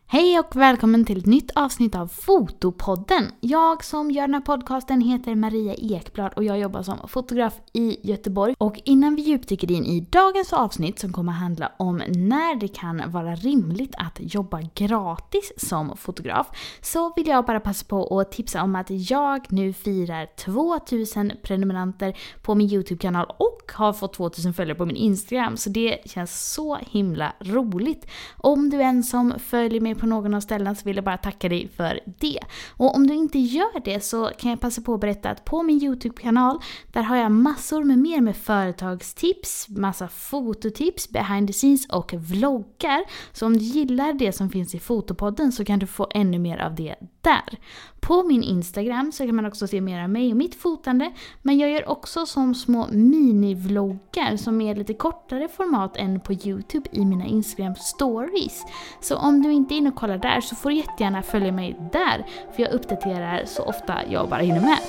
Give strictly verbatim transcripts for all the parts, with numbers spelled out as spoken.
Hej och välkommen till ett nytt avsnitt av Fotopodden. Jag som gör den här podcasten heter Maria Ekblad och jag jobbar som fotograf i Göteborg. Och innan vi djupdyker in i dagens avsnitt som kommer handla om när det kan vara rimligt att jobba gratis som fotograf, så vill jag bara passa på att tipsa om att jag nu firar tvåtusen prenumeranter på min YouTube-kanal och har fått tvåtusen följare på min Instagram. Så det känns så himla roligt. Om du är en som följer mig på någon av ställena så vill jag bara tacka dig för det. Och om du inte gör det så kan jag passa på att berätta att på min YouTube-kanal där har jag massor med mer med företagstips, massa fototips, behind the scenes och vloggar. Så om du gillar det som finns i Fotopodden så kan du få ännu mer av det där. På min Instagram så kan man också se mer av mig och mitt fotande, men jag gör också som små mini-vloggar som är lite kortare format än på YouTube i mina Instagram stories. Så om du inte är inne och kollar där så får du jättegärna följa mig där, för jag uppdaterar så ofta jag bara hinner med.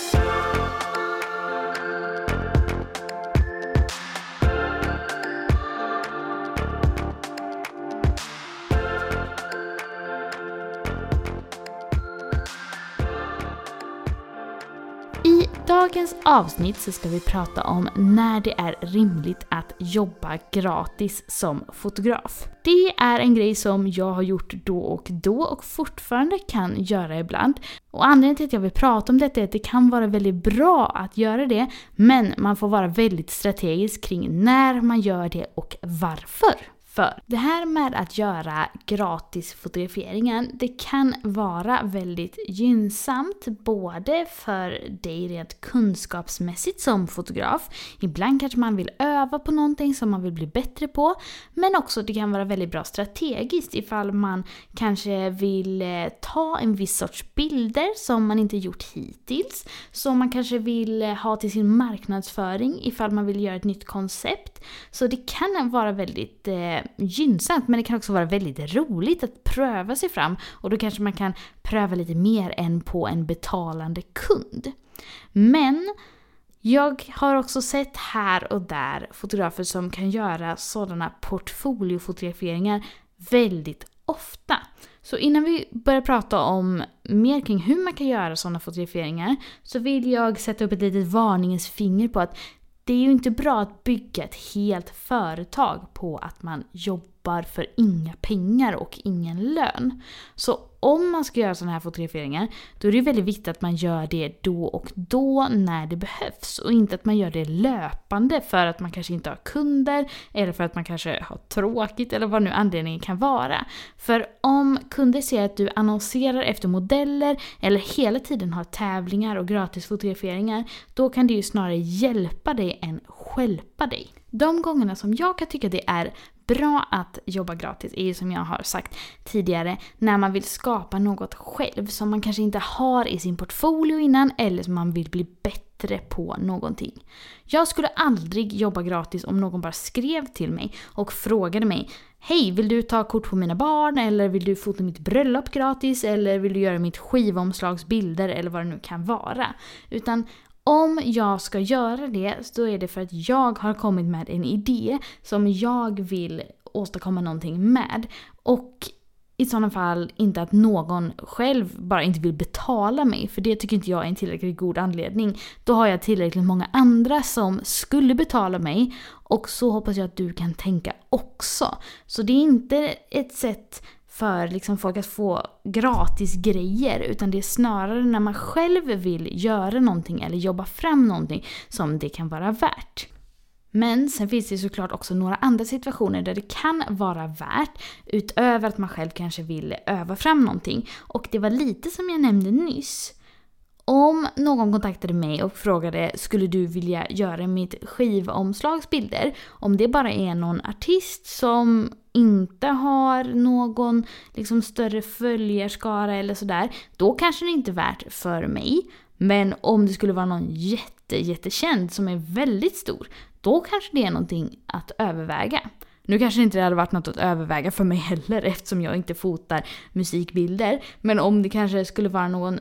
I dagens avsnitt så ska vi prata om när det är rimligt att jobba gratis som fotograf. Det är en grej som jag har gjort då och då och fortfarande kan göra ibland. Och anledningen till att jag vill prata om detta är att det kan vara väldigt bra att göra det, men man får vara väldigt strategisk kring när man gör det och varför. För det här med att göra gratis fotograferingen, det kan vara väldigt gynnsamt både för dig rent kunskapsmässigt som fotograf. Ibland kanske man vill öva på någonting som man vill bli bättre på, men också det kan vara väldigt bra strategiskt ifall man kanske vill ta en viss sorts bilder som man inte gjort hittills, som man kanske vill ha till sin marknadsföring ifall man vill göra ett nytt koncept. Så det kan vara väldigt eh, gynnsamt, men det kan också vara väldigt roligt att pröva sig fram, och då kanske man kan pröva lite mer än på en betalande kund. Men jag har också sett här och där fotografer som kan göra sådana portfoliofotograferingar väldigt ofta. Så innan vi börjar prata om mer kring hur man kan göra sådana fotograferingar så vill jag sätta upp ett litet varningens finger på att det är ju inte bra att bygga ett helt företag på att man jobbar för inga pengar och ingen lön. Så om man ska göra sådana här fotograferingar, då är det väldigt viktigt att man gör det då och då när det behövs. Och inte att man gör det löpande för att man kanske inte har kunder eller för att man kanske har tråkigt eller vad nu anledningen kan vara. För om kunder ser att du annonserar efter modeller eller hela tiden har tävlingar och gratis fotograferingar, då kan det ju snarare hjälpa dig än stjälpa dig. De gångerna som jag kan tycka det är bra att jobba gratis är ju, som jag har sagt tidigare, när man vill skapa något själv som man kanske inte har i sin portfolio innan eller som man vill bli bättre på någonting. Jag skulle aldrig jobba gratis om någon bara skrev till mig och frågade mig: hej, vill du ta kort på mina barn, eller vill du fota mitt bröllop gratis, eller vill du göra mitt skivomslagsbilder eller vad det nu kan vara. Utan om jag ska göra det så är det för att jag har kommit med en idé som jag vill åstadkomma någonting med. Och i sådana fall inte att någon själv bara inte vill betala mig, för det tycker inte jag är en tillräckligt god anledning. Då har jag tillräckligt många andra som skulle betala mig, och så hoppas jag att du kan tänka också. Så det är inte ett sätt för liksom folk att få gratis grejer, utan det är snarare när man själv vill göra någonting eller jobba fram någonting som det kan vara värt. Men sen finns det såklart också några andra situationer där det kan vara värt, utöver att man själv kanske vill öva fram någonting. Och det var lite som jag nämnde nyss. Om någon kontaktade mig och frågade: skulle du vilja göra mitt skivomslagsbilder? Om det bara är någon artist som inte har någon liksom större följarskara eller sådär, då kanske det inte är värt för mig. Men om det skulle vara någon jätte, jättekänd som är väldigt stor, då kanske det är någonting att överväga. Nu kanske inte det hade varit något att överväga för mig heller eftersom jag inte fotar musikbilder. Men om det kanske skulle vara någon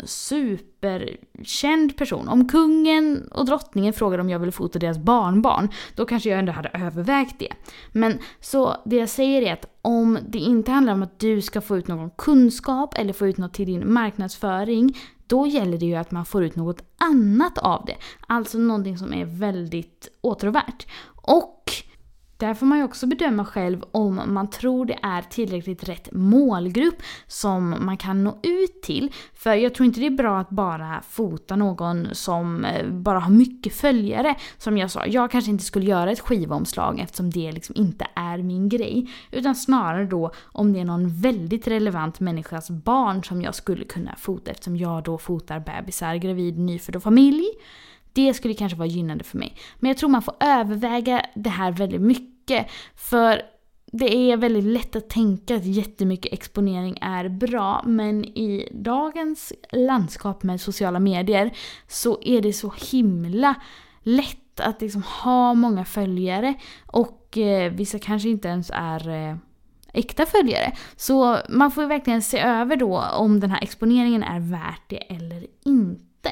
superkänd person, om kungen och drottningen frågade om jag ville fota deras barnbarn, då kanske jag ändå hade övervägt det. Men så det jag säger är att om det inte handlar om att du ska få ut någon kunskap eller få ut något till din marknadsföring, då gäller det ju att man får ut något annat av det. Alltså någonting som är väldigt åtråvärt. Och där får man ju också bedöma själv om man tror det är tillräckligt rätt målgrupp som man kan nå ut till. För jag tror inte det är bra att bara fota någon som bara har mycket följare. Som jag sa, jag kanske inte skulle göra ett skivomslag eftersom det liksom inte är min grej. Utan snarare då om det är någon väldigt relevant människas barn som jag skulle kunna fota eftersom jag då fotar bebisar, gravid, nyfödd och familj. Det skulle kanske vara gynnande för mig. Men jag tror man får överväga det här väldigt mycket. För det är väldigt lätt att tänka att jättemycket exponering är bra. Men i dagens landskap med sociala medier så är det så himla lätt att liksom ha många följare. Och eh, vissa kanske inte ens är eh, äkta följare. Så man får verkligen se över då om den här exponeringen är värt det eller inte.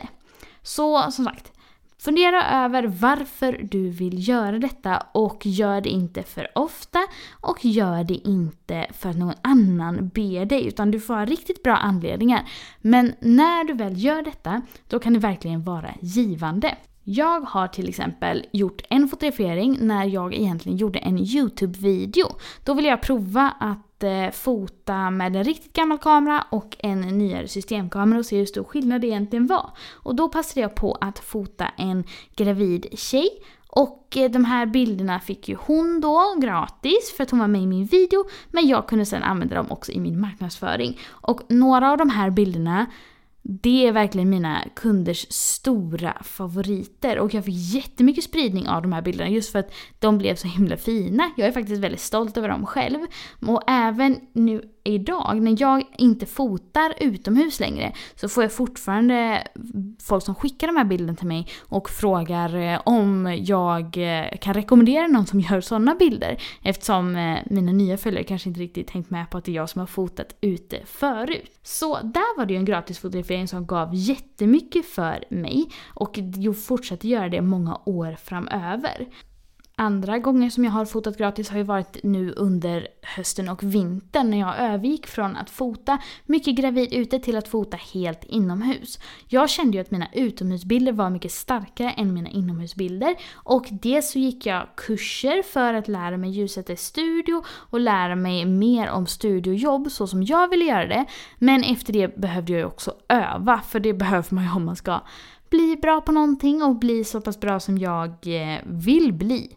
Så som sagt, fundera över varför du vill göra detta och gör det inte för ofta och gör det inte för att någon annan ber dig utan du får ha riktigt bra anledningar. Men när du väl gör detta, då kan det verkligen vara givande. Jag har till exempel gjort en fotografering när jag egentligen gjorde en YouTube-video. Då ville jag prova att eh, fota med en riktigt gammal kamera och en nyare systemkamera och se hur stor skillnad det egentligen var. Och då passade jag på att fota en gravid tjej. Och de här bilderna fick ju hon då gratis för att hon var med i min video. Men jag kunde sedan använda dem också i min marknadsföring. Och några av de här bilderna, det är verkligen mina kunders stora favoriter. Och jag fick jättemycket spridning av de här bilderna just för att de blev så himla fina. Jag är faktiskt väldigt stolt över dem själv. Och även nu idag när jag inte fotar utomhus längre så får jag fortfarande folk som skickar de här bilderna till mig och frågar om jag kan rekommendera någon som gör sådana bilder. Eftersom mina nya följare kanske inte riktigt tänkt med på att det är jag som har fotat ute förut. Så där var det ju en gratis fotografering som gav jättemycket för mig och jag fortsätter göra det många år framöver. Andra gånger som jag har fotat gratis har ju varit nu under hösten och vintern när jag övergick från att fota mycket gravid ute till att fota helt inomhus. Jag kände ju att mina utomhusbilder var mycket starkare än mina inomhusbilder och dels så gick jag kurser för att lära mig ljussätta i studio och lära mig mer om studiojobb så som jag ville göra det. Men efter det behövde jag ju också öva för det behöver man ju om man ska bli bra på någonting och bli så pass bra som jag vill bli.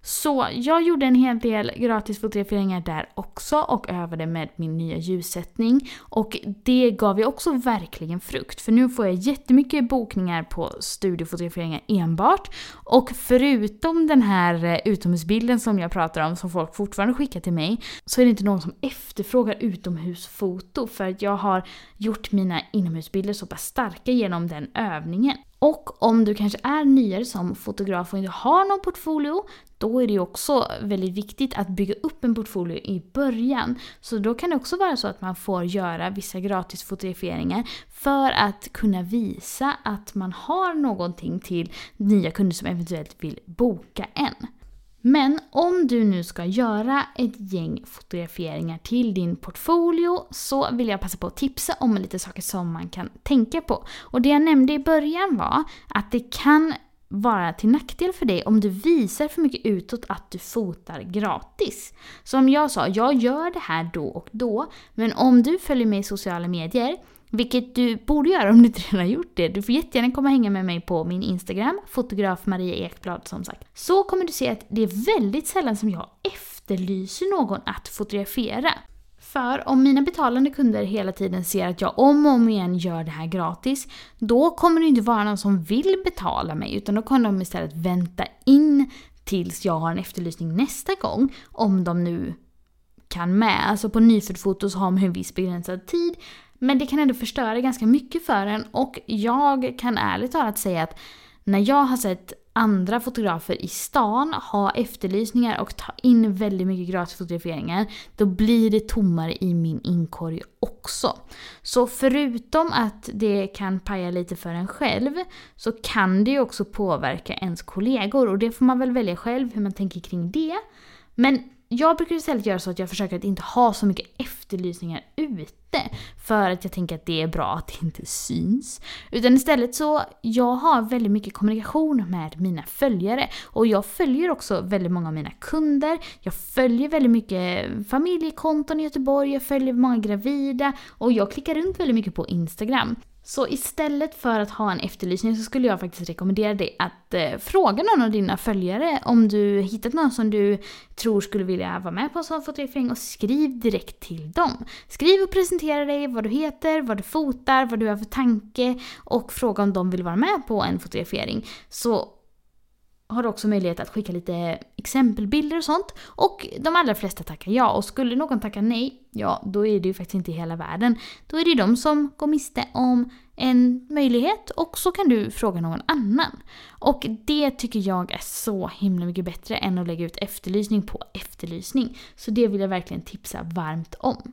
Så jag gjorde en hel del gratis fotograferingar där också och övade med min nya ljussättning. Och det gav ju också verkligen frukt. För nu får jag jättemycket bokningar på studiofotograferingar enbart. Och förutom den här utomhusbilden som jag pratar om som folk fortfarande skickar till mig så är det inte någon som efterfrågar utomhusfoto. För att jag har gjort mina inomhusbilder så pass starka genom den övningen. Och om du kanske är nyare som fotograf och inte har någon portfolio, då är det också väldigt viktigt att bygga upp en portfolio i början. Så då kan det också vara så att man får göra vissa gratis fotograferingar för att kunna visa att man har någonting till nya kunder som eventuellt vill boka en. Men om du nu ska göra ett gäng fotograferingar till din portfolio så vill jag passa på att tipsa om lite saker som man kan tänka på. Och det jag nämnde i början var att det kan vara till nackdel för dig om du visar för mycket utåt att du fotar gratis. Som jag sa, jag gör det här då och då, men om du följer mig i sociala medier, vilket du borde göra om du inte redan har gjort det. Du får jättegärna komma och hänga med mig på min Instagram, fotograf Maria Ekblad som sagt. Så kommer du se att det är väldigt sällan som jag efterlyser någon att fotografera. För om mina betalande kunder hela tiden ser att jag om och om igen gör det här gratis, då kommer det inte vara någon som vill betala mig, utan då kommer de istället vänta in tills jag har en efterlysning nästa gång, om de nu kan med. Alltså på nyföddfotos har man en viss begränsad tid, men det kan ändå förstöra ganska mycket för en och jag kan ärligt talat säga att när jag har sett andra fotografer i stan ha efterlysningar och ta in väldigt mycket gratisfotograferingar, då blir det tommare i min inkorg också. Så förutom att det kan paja lite för en själv, så kan det ju också påverka ens kollegor, och det får man väl välja själv hur man tänker kring det. Men jag brukar istället göra så att jag försöker att inte ha så mycket efterlysningar ute, för att jag tänker att det är bra att det inte syns. Utan istället så, jag har väldigt mycket kommunikation med mina följare, och jag följer också väldigt många av mina kunder. Jag följer väldigt mycket familjekonton i Göteborg, jag följer många gravida, och jag klickar runt väldigt mycket på Instagram. Så istället för att ha en efterlysning så skulle jag faktiskt rekommendera dig att eh, fråga någon av dina följare om du hittat någon som du tror skulle vilja vara med på en sån fotografering, och skriv direkt till dem. Skriv och presentera dig, vad du heter, vad du fotar, vad du har för tanke, och fråga om de vill vara med på en fotografering. Så har du också möjlighet att skicka lite exempelbilder och sånt. Och de allra flesta tackar ja. Och skulle någon tacka nej, ja, då är det ju faktiskt inte hela världen. Då är det ju de som går miste om en möjlighet, och så kan du fråga någon annan. Och det tycker jag är så himla mycket bättre än att lägga ut efterlysning på efterlysning. Så det vill jag verkligen tipsa varmt om.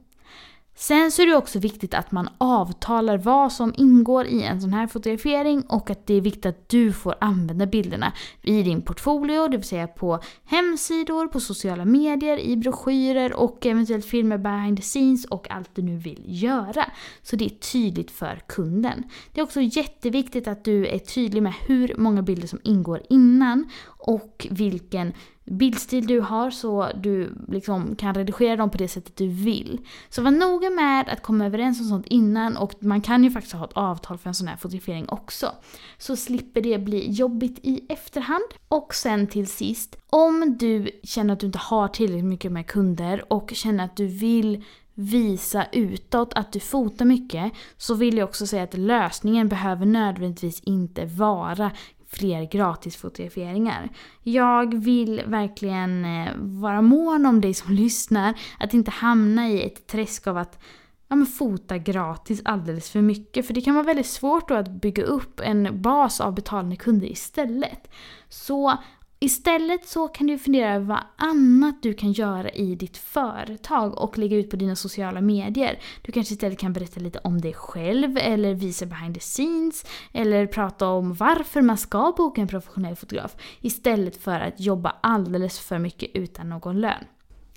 Sen så är det också viktigt att man avtalar vad som ingår i en sån här fotografering, och att det är viktigt att du får använda bilderna i din portfolio, det vill säga på hemsidor, på sociala medier, i broschyrer och eventuellt filmer behind the scenes och allt du nu vill göra. Så det är tydligt för kunden. Det är också jätteviktigt att du är tydlig med hur många bilder som ingår innan och vilken bildstil du har, så du liksom kan redigera dem på det sättet du vill. Så var noga med att komma överens om sånt innan, och man kan ju faktiskt ha ett avtal för en sån här fotografering också. Så slipper det bli jobbigt i efterhand. Och sen till sist, om du känner att du inte har tillräckligt mycket med kunder och känner att du vill visa utåt att du fotar mycket, så vill jag också säga att lösningen behöver nödvändigtvis inte vara fler gratisfotograferingar. Jag vill verkligen vara mån om dig som lyssnar, att inte hamna i ett träsk av att ja, men fota gratis alldeles för mycket. För det kan vara väldigt svårt då att bygga upp en bas av betalande kunder istället. Så istället så kan du fundera över vad annat du kan göra i ditt företag och lägga ut på dina sociala medier. Du kanske istället kan berätta lite om dig själv, eller visa behind the scenes, eller prata om varför man ska boka en professionell fotograf, istället för att jobba alldeles för mycket utan någon lön.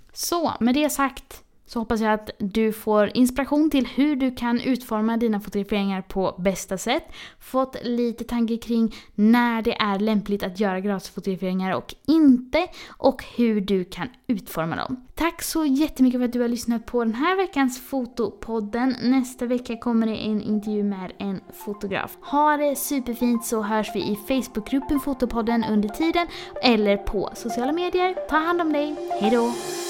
Så med det sagt, så hoppas jag att du får inspiration till hur du kan utforma dina fotograferingar på bästa sätt. Fått lite tankar kring när det är lämpligt att göra gratisfotograferingar och inte. Och hur du kan utforma dem. Tack så jättemycket för att du har lyssnat på den här veckans fotopodden. Nästa vecka kommer det en intervju med en fotograf. Ha det superfint, så hörs vi i Facebookgruppen Fotopodden under tiden. Eller på sociala medier. Ta hand om dig. Hej då!